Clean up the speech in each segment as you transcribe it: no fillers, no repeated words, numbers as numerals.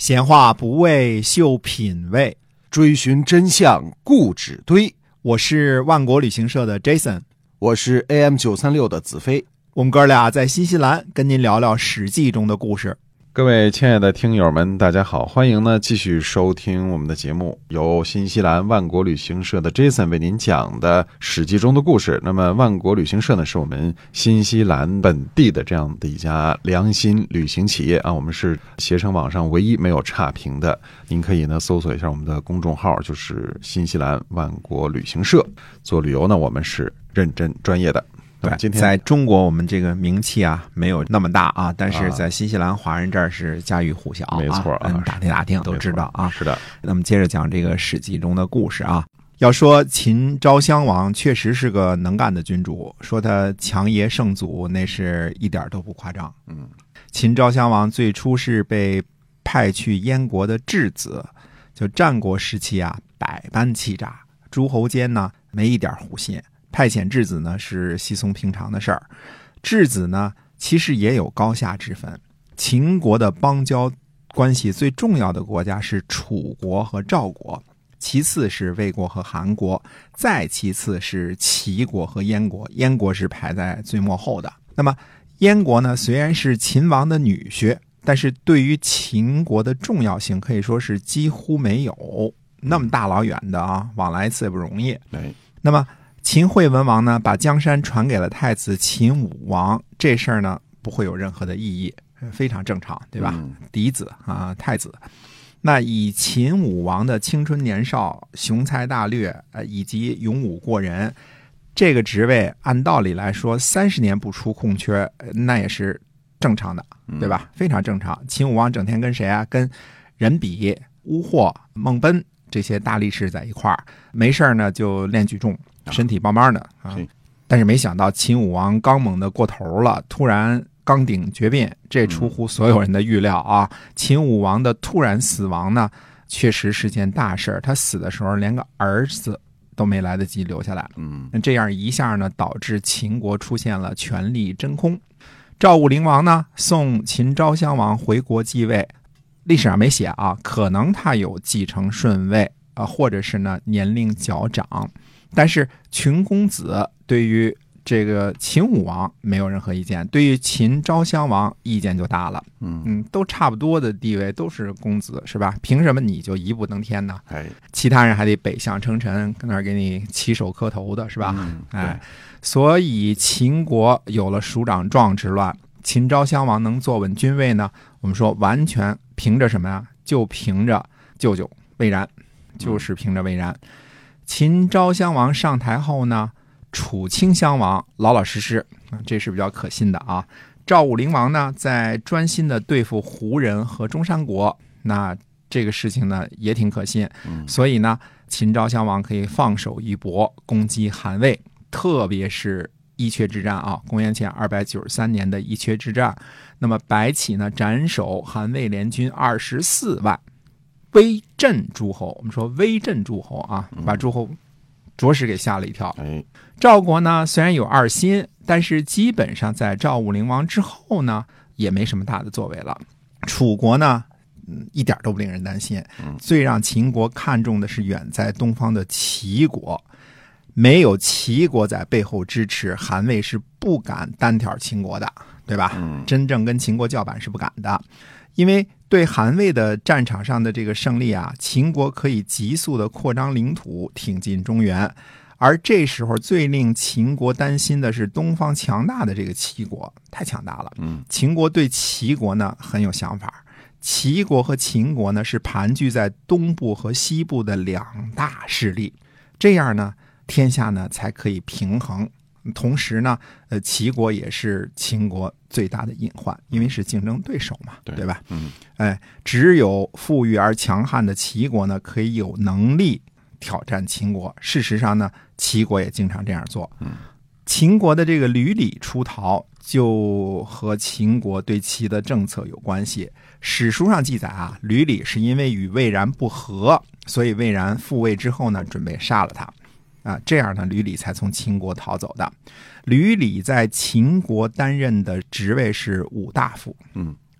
闲话不为秀品味， 追寻真相固执堆。 我是万国旅行社的 Jason， 我是 AM936 的子飞。 我们哥俩在新西兰跟您聊聊史记中的故事。 各位亲爱的听友们，大家好，欢迎呢继续收听我们的节目，由新西兰万国旅行社的 Jason 为您讲的史记中的故事。那么万国旅行社呢，是我们新西兰本地的这样的一家良心旅行企业啊，我们是携程网上唯一没有差评的。您可以呢搜索一下我们的公众号，就是新西兰万国旅行社。做旅游呢，我们是认真专业的。 对，今天在中国我们这个名气啊没有那么大啊，但是在新西兰华人这儿是家喻户晓啊， 没错啊， 打听都知道啊。 是的。 那么接着讲这个史记中的故事啊。要说秦昭襄王确实是个能干的君主，说他强爷圣祖那是一点都不夸张。秦昭襄王最初是被派去燕国的质子，就战国时期啊，百般欺诈，诸侯间呢没一点互信。派遣质子呢是稀松平常的事儿。质子呢其实也有高下之分。秦国的邦交关系最重要的国家是楚国和赵国，其次是魏国和韩国，再其次是齐国和燕国，燕国是排在最末后的。那么燕国呢虽然是秦王的女婿，但是对于秦国的重要性可以说是几乎没有。那么大老远的啊，往来一次也不容易。那么秦惠文王呢，把江山传给了太子秦武王，这事儿呢不会有任何的异议，非常正常，对吧？嫡子啊，太子。那以秦武王的青春年少、雄才大略，以及勇武过人，这个职位按道理来说30年不出空缺，那也是正常的，对吧？非常正常。秦武王整天跟谁啊？跟任比、乌霍、孟贲这些大力士在一块儿，没事呢就练举重。身体棒棒的啊，但是没想到秦武王刚猛的过头了，突然刚鼎绝变，这出乎所有人的预料啊！秦武王的突然死亡呢，确实是件大事。他死的时候连个儿子都没来得及留下来，这样一下呢，导致秦国出现了权力真空。赵武灵王呢，送秦昭襄王回国继位，历史上没写啊，可能他有继承顺位啊，或者是呢年龄较长。但是群公子对于这个秦武王没有任何意见，对于秦昭襄王意见就大了。都差不多的地位，都是公子是吧？凭什么你就一步登天呢？其他人还得北向称臣，跟那儿给你起手磕头的是吧？所以秦国有了蜀长壮之乱，秦昭襄王能坐稳君位呢？我们说完全凭着什么呀？就凭着舅舅魏然，就是凭着魏然。秦昭襄王上台后呢，楚顷襄王老老实实，这是比较可信的啊。赵武灵王呢，在专心的对付胡人和中山国，那这个事情呢也挺可信。所以呢，秦昭襄王可以放手一搏，攻击韩魏，特别是伊阙之战啊，公元前293年的伊阙之战。那么白起呢，斩首韩魏联军24万。威震诸侯，我们说威震诸侯啊，把诸侯着实给吓了一跳。赵国呢虽然有二心，但是基本上在赵武灵王之后呢，也没什么大的作为了。楚国呢，一点都不令人担心。最让秦国看重的是远在东方的齐国，没有齐国在背后支持，韩魏是不敢单挑秦国的，对吧？真正跟秦国叫板是不敢的。因为对韩魏的战场上的这个胜利啊，秦国可以急速的扩张领土，挺进中原。而这时候最令秦国担心的是东方强大的这个齐国，太强大了。秦国对齐国呢很有想法。齐国和秦国呢是盘踞在东部和西部的两大势力，这样呢天下呢才可以平衡。同时呢，齐国也是秦国最大的隐患，因为是竞争对手嘛，对吧？只有富裕而强悍的齐国呢，可以有能力挑战秦国。事实上呢，齐国也经常这样做。秦国的这个吕礼出逃，就和秦国对齐的政策有关系。史书上记载啊，吕礼是因为与魏然不和，所以魏然复位之后呢，准备杀了他。这样呢，吕礼才从秦国逃走的。吕礼在秦国担任的职位是武大夫，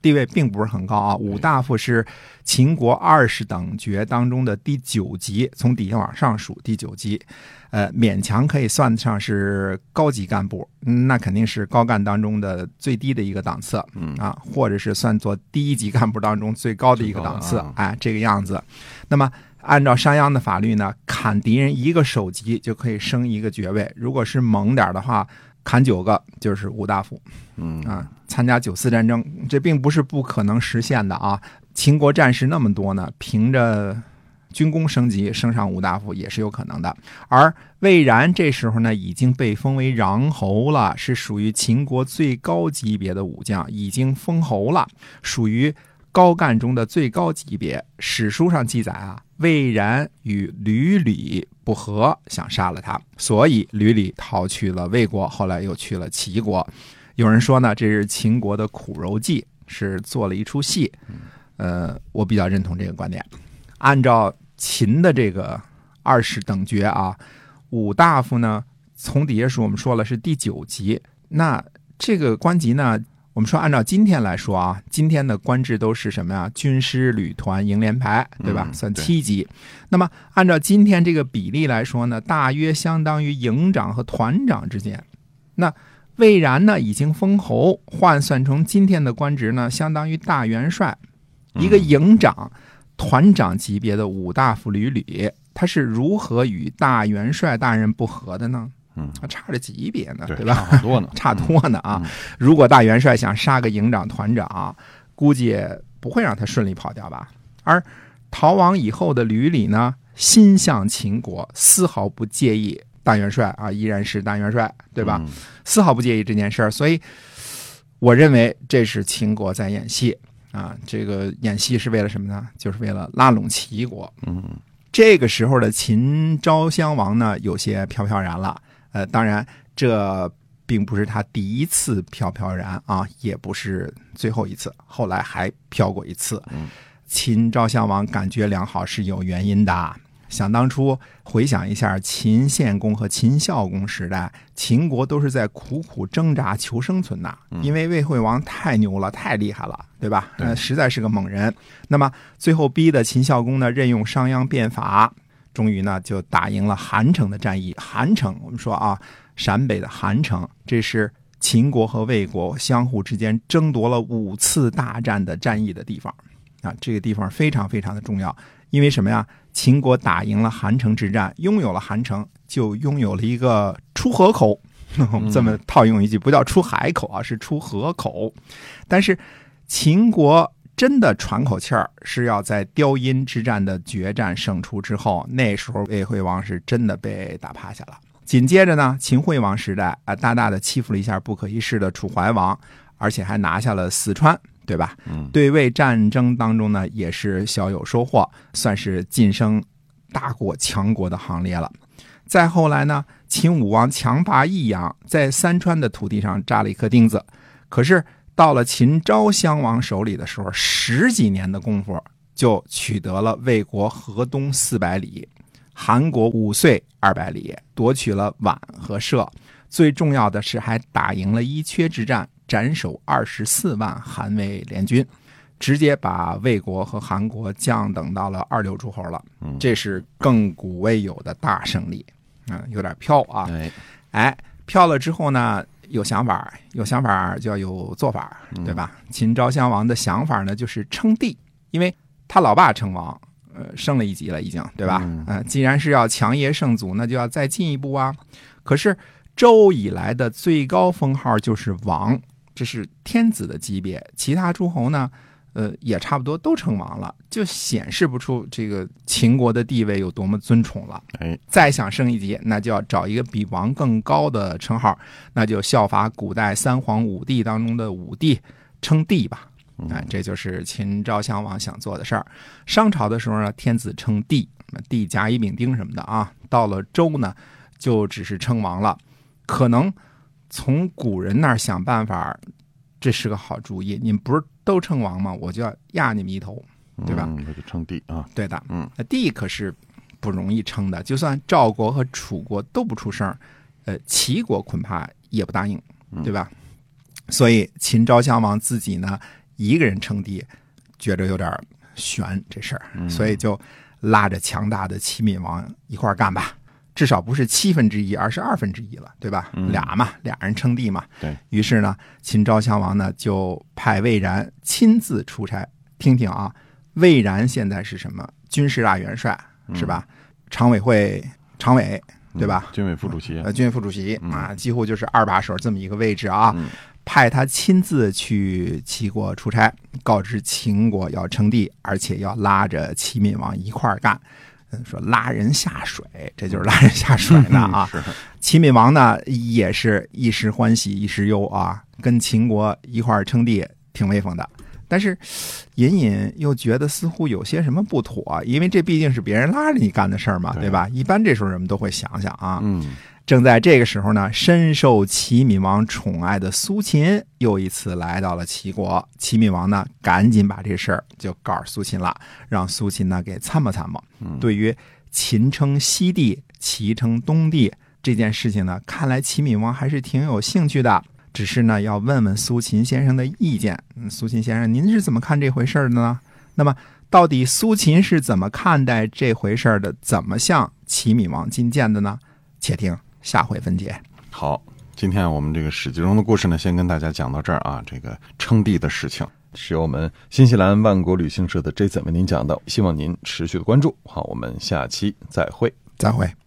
地位并不是很高啊。武大夫是秦国20等爵当中的第9级，从底下往上数第9级，勉强可以算得上是高级干部，那肯定是高干当中的最低的一个档次，或者是算作第1级干部当中最高的一个档次，这个样子。那么按照商鞅的法律呢，砍敌人1个首级就可以升1个爵位，如果是猛点的话，砍9个就是武大夫。参加9次战争，这并不是不可能实现的啊。秦国战士那么多呢，凭着军功升级升上武大夫也是有可能的。而魏然这时候呢，已经被封为穰侯了，是属于秦国最高级别的武将，已经封侯了，属于高干中的最高级别。史书上记载啊，魏然与吕礼不和，想杀了他，所以吕礼逃去了魏国，后来又去了齐国。有人说呢，这是秦国的苦肉计，是做了一出戏。我比较认同这个观点。按照秦的这个20等爵啊，武大夫呢，从底下数我们说了是第9级。那这个官级呢，我们说按照今天来说啊，今天的官制都是什么呀？军师、旅团、营连排，对吧？算7级。那么按照今天这个比例来说呢，大约相当于营长和团长之间。那魏然呢已经封侯，换算成今天的官职呢，相当于大元帅。一个营长、团长级别的武大夫吕礼，他是如何与大元帅大人不和的呢？差着级别呢，对吧？ 差很多呢， 差多呢啊！如果大元帅想杀个营长、团长，估计不会让他顺利跑掉吧？而逃亡以后的吕礼呢，心向秦国，丝毫不介意大元帅啊，依然是大元帅，对吧？丝毫不介意这件事儿，所以我认为这是秦国在演戏啊。这个演戏是为了什么呢？就是为了拉拢齐国。这个时候的秦昭襄王呢，有些飘飘然了。当然，这并不是他第一次飘飘然啊，也不是最后一次，后来还飘过一次。秦昭襄王感觉良好是有原因的。想当初回想一下秦献公和秦孝公时代，秦国都是在苦苦挣扎求生存的，因为魏惠王太牛了，太厉害了，对吧？实在是个猛人。那么最后逼的秦孝公呢，任用商鞅变法，终于呢就打赢了韩城的战役。韩城我们说啊，陕北的韩城，这是秦国和魏国相互之间争夺了5次大战的战役的地方啊，这个地方非常非常的重要。因为什么呀？秦国打赢了韩城之战，拥有了韩城，就拥有了一个出河口。我们这么套用一句，不叫出海口啊，是出河口。但是秦国真的喘口气儿，是要在雕阴之战的决战胜出之后，那时候魏惠王是真的被打趴下了。紧接着呢，秦惠王时代大大的欺负了一下不可一世的楚怀王，而且还拿下了四川，对吧？对魏战争当中呢，也是小有收获，算是晋升大国强国的行列了。再后来呢，秦武王强拔益阳，在三川的土地上扎了一颗钉子。可是到了秦昭襄王手里的时候，10几年的功夫就取得了魏国河东400里，韩国5岁200里，夺取了宛和涉。最重要的是还打赢了伊阙之战，斩首24万韩魏联军，直接把魏国和韩国降等到了2流诸侯了。这是亘古未有的大胜利。有点飘啊。飘了之后呢，有想法就要有做法，对吧？秦昭襄王的想法呢，就是称帝，因为他老爸称王，升了一级了已经，对吧？既然是要强爷圣祖，那就要再进一步啊。可是周以来的最高封号就是王，这是天子的级别，其他诸侯呢，也差不多都称王了，就显示不出这个秦国的地位有多么尊崇了。再想升一级，那就要找一个比王更高的称号，那就效法古代三皇五帝当中的武帝，称帝吧。这就是秦昭襄王想做的事儿。商朝的时候呢，天子称帝，帝甲乙丙丁什么的啊。到了周呢，就只是称王了。可能从古人那儿想办法，这是个好主意。你们不是都称王吗？我就要压你们一头，对吧？ 那就称帝啊。 对的。帝可是不容易称的，就算赵国和楚国都不出声，齐国恐怕也不答应，对吧？所以秦昭襄王自己呢， 一个人称帝，觉着有点悬这事儿，所以就拉着强大的齐闵王一块儿干吧。至少不是1/7，而是1/2了，对吧？俩人称帝嘛。 对于是呢，秦昭襄王呢就派魏然亲自出差。听听啊，魏然现在是什么？军事大元帅是吧？常委会常委对吧？ 军委副主席， 军委副主席啊，几乎就是二把手这么一个位置啊。派他亲自去齐国出差，告知秦国要称帝，而且要拉着齐闵王一块儿干。说拉人下水，这就是拉人下水呢啊！齐闵王呢也是一时欢喜一时忧啊，跟秦国一块儿称帝，挺威风的。但是隐隐又觉得似乎有些什么不妥，因为这毕竟是别人拉着你干的事儿嘛，对吧？一般这时候人们都会想想啊。正在这个时候呢，深受齐闵王宠爱的苏秦又一次来到了齐国。齐闵王呢，赶紧把这事儿就告诉苏秦了，让苏秦呢给参谋参谋。对于秦称西帝，齐称东帝这件事情呢，看来齐闵王还是挺有兴趣的。只是呢，要问问苏秦先生的意见。苏秦先生，您是怎么看这回事的呢？那么，到底苏秦是怎么看待这回事的？怎么向齐闵王进谏的呢？且听下回分解。 好，今天我们这个史记中的故事呢，先跟大家讲到这儿啊。这个称帝的事情是由我们新西兰万国旅行社的 Jason 为您讲的，希望您持续的关注。好，我们下期再会。 再会。